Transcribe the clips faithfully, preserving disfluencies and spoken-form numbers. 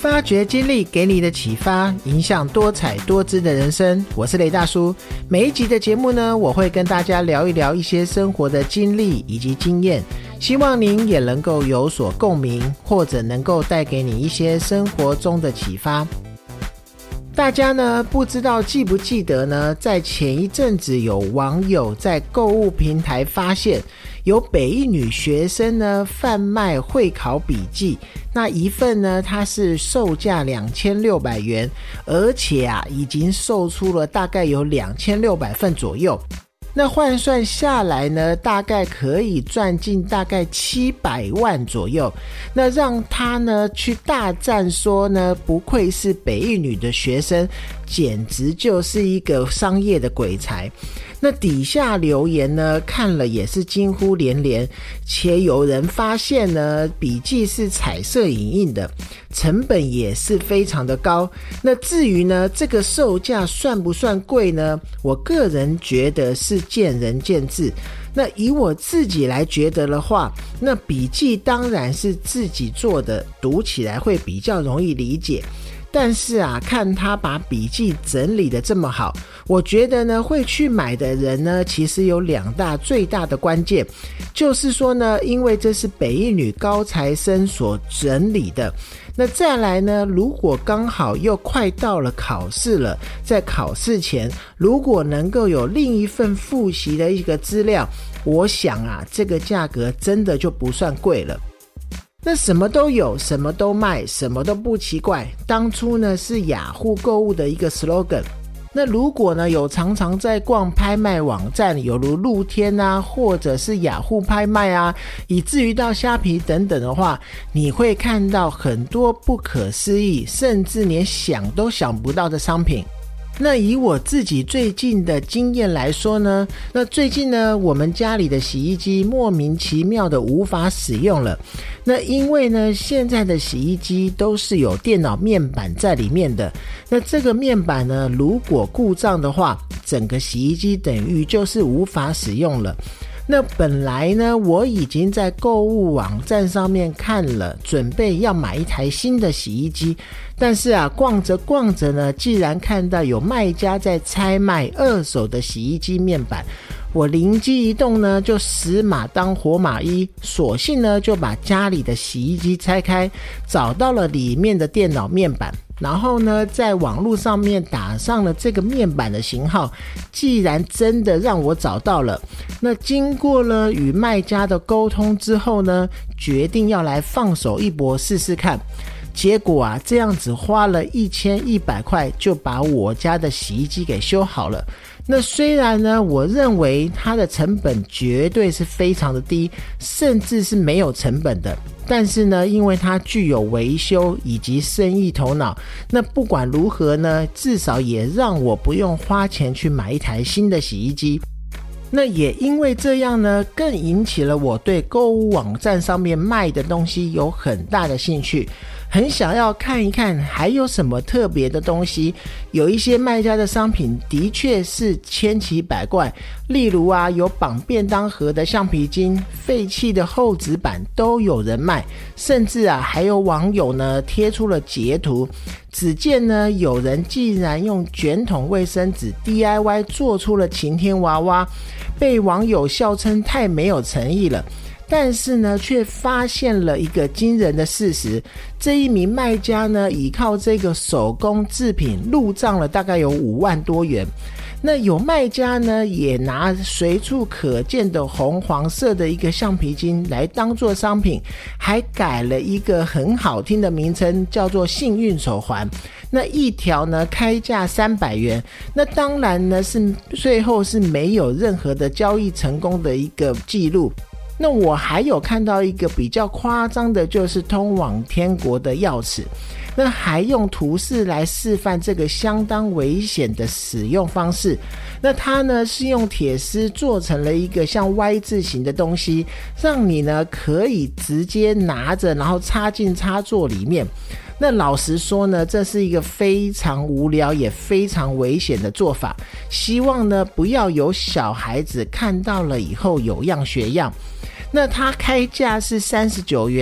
发掘经历给你的启发，影响多彩多姿的人生。我是雷大叔。每一集的节目呢，我会跟大家聊一聊一些生活的经历以及经验，希望您也能够有所共鸣，或者能够带给你一些生活中的启发。大家呢，不知道记不记得呢，在前一阵子有网友在购物平台发现有北一女学生呢贩卖会考笔记，那一份呢它是售价两千六百元，而且啊已经售出了大概有两千六百份左右，那换算下来呢，大概可以赚进大概七百万左右。那让他呢去大赞说呢，不愧是北一女的学生，简直就是一个商业的鬼才。那底下留言呢，看了也是惊呼连连，且有人发现呢，笔记是彩色影印的，成本也是非常的高。那至于呢，这个售价算不算贵呢？我个人觉得是见仁见智。那以我自己来觉得的话，那笔记当然是自己做的，读起来会比较容易理解。但是啊，看他把笔记整理得这么好，我觉得呢，会去买的人呢，其实有两大最大的关键，就是说呢，因为这是北一女高材生所整理的。那再来呢，如果刚好又快到了考试了，在考试前如果能够有另一份复习的一个资料，我想啊，这个价格真的就不算贵了。那什么都有，什么都卖，什么都不奇怪，当初呢是雅虎购物的一个 slogan。那如果呢有常常在逛拍卖网站，有如露天啊，或者是雅虎拍卖啊，以至于到虾皮等等的话，你会看到很多不可思议，甚至连想都想不到的商品。那以我自己最近的经验来说呢，那最近呢，我们家里的洗衣机莫名其妙的无法使用了。那因为呢，现在的洗衣机都是有电脑面板在里面的。那这个面板呢，如果故障的话，整个洗衣机等于就是无法使用了。那本来呢，我已经在购物网站上面看了，准备要买一台新的洗衣机，但是啊，逛着逛着呢，既然看到有卖家在拆卖二手的洗衣机面板，我灵机一动呢，就死马当活马医，索性呢就把家里的洗衣机拆开，找到了里面的电脑面板，然后呢在网络上面打上了这个面板的型号。既然真的让我找到了，那经过了与卖家的沟通之后呢，决定要来放手一搏试试看。结果啊，这样子花了一千一百块就把我家的洗衣机给修好了。那虽然呢，我认为它的成本绝对是非常的低，甚至是没有成本的，但是呢，因为它具有维修以及生意头脑，那不管如何呢，至少也让我不用花钱去买一台新的洗衣机。那也因为这样呢，更引起了我对购物网站上面卖的东西有很大的兴趣，很想要看一看还有什么特别的东西。有一些卖家的商品的确是千奇百怪，例如啊，有绑便当盒的橡皮筋，废弃的厚纸板都有人卖，甚至啊，还有网友呢贴出了截图，只见呢有人竟然用卷筒卫生纸 D I Y 做出了晴天娃娃，被网友笑称太没有诚意了。但是呢，却发现了一个惊人的事实，这一名卖家呢，依靠这个手工制品入账了大概有五万多元。那有卖家呢，也拿随处可见的红黄色的一个橡皮筋来当做商品，还改了一个很好听的名称，叫做幸运手环。那一条呢，开价三百元。那当然呢，是最后是没有任何的交易成功的一个记录。那我还有看到一个比较夸张的，就是通往天国的钥匙，那还用图示来示范这个相当危险的使用方式。那它呢是用铁丝做成了一个像 Y 字形的东西，让你呢可以直接拿着，然后插进插座里面。那老实说呢，这是一个非常无聊也非常危险的做法，希望呢不要有小孩子看到了以后有样学样。那它开价是三十九元，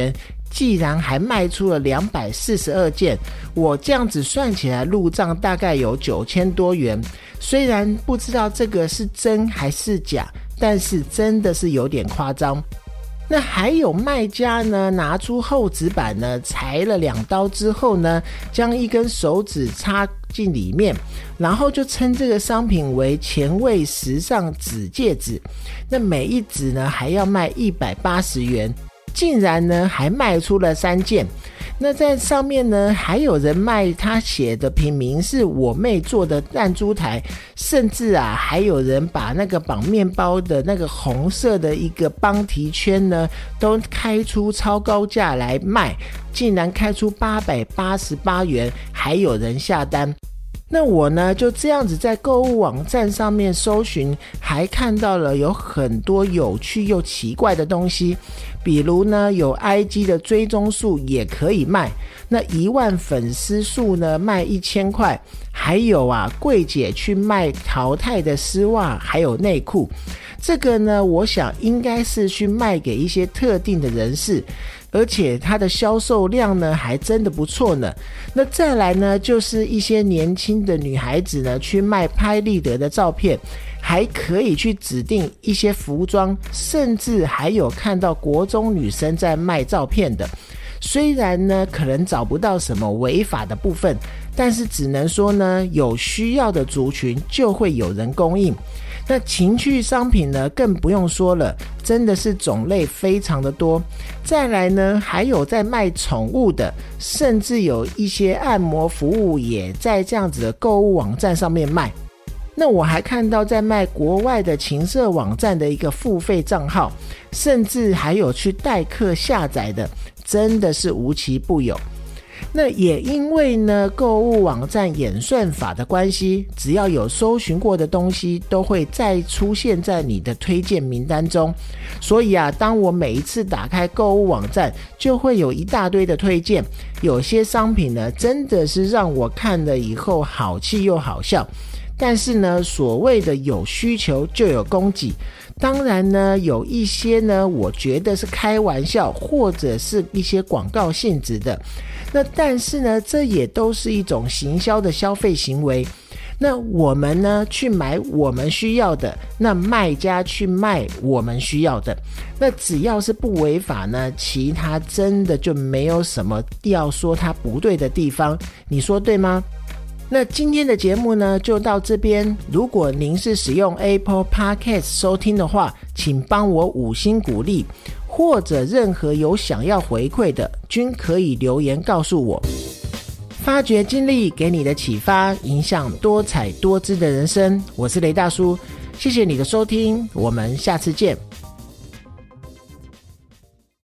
既然还卖出了两百四十二件，我这样子算起来入账大概有九千多元。虽然不知道这个是真还是假，但是真的是有点夸张。那还有卖家呢，拿出厚纸板呢，裁了两刀之后呢，将一根手指插进里面，然后就称这个商品为前卫时尚指戒指。那每一指呢还要卖一百八十元，竟然呢还卖出了三件。那在上面呢还有人卖他写的品名是我妹做的弹珠台，甚至啊还有人把那个绑面包的那个红色的一个邦提圈呢都开出超高价来卖，竟然开出八百八十八元，还有人下单。那我呢就这样子在购物网站上面搜寻，还看到了有很多有趣又奇怪的东西。比如呢有 I G 的追踪数也可以卖，那一万粉丝数呢卖一千块，还有啊柜姐去卖淘汰的丝袜还有内裤。这个呢我想应该是去卖给一些特定的人士，而且它的销售量呢还真的不错呢。那再来呢就是一些年轻的女孩子呢去卖拍立得的照片，还可以去指定一些服装，甚至还有看到国中女生在卖照片的。虽然呢可能找不到什么违法的部分，但是只能说呢有需要的族群就会有人供应。那情趣商品呢更不用说了，真的是种类非常的多。再来呢还有在卖宠物的，甚至有一些按摩服务也在这样子的购物网站上面卖。那我还看到在卖国外的情色网站的一个付费账号，甚至还有去代客下载的，真的是无奇不有。那也因为呢购物网站演算法的关系，只要有搜寻过的东西都会再出现在你的推荐名单中。所以啊当我每一次打开购物网站，就会有一大堆的推荐，有些商品呢真的是让我看了以后好气又好笑。但是呢所谓的有需求就有供给，当然呢有一些呢我觉得是开玩笑，或者是一些广告性质的。那但是呢这也都是一种行销的消费行为。那我们呢去买我们需要的，那卖家去卖我们需要的，那只要是不违法呢，其他真的就没有什么要说它不对的地方，你说对吗？那今天的节目呢就到这边，如果您是使用 Apple Podcast 收听的话，请帮我五星鼓励，或者任何有想要回馈的均可以留言告诉我。发掘经历给你的启发，影响多彩多姿的人生，我是雷大叔，谢谢你的收听，我们下次见。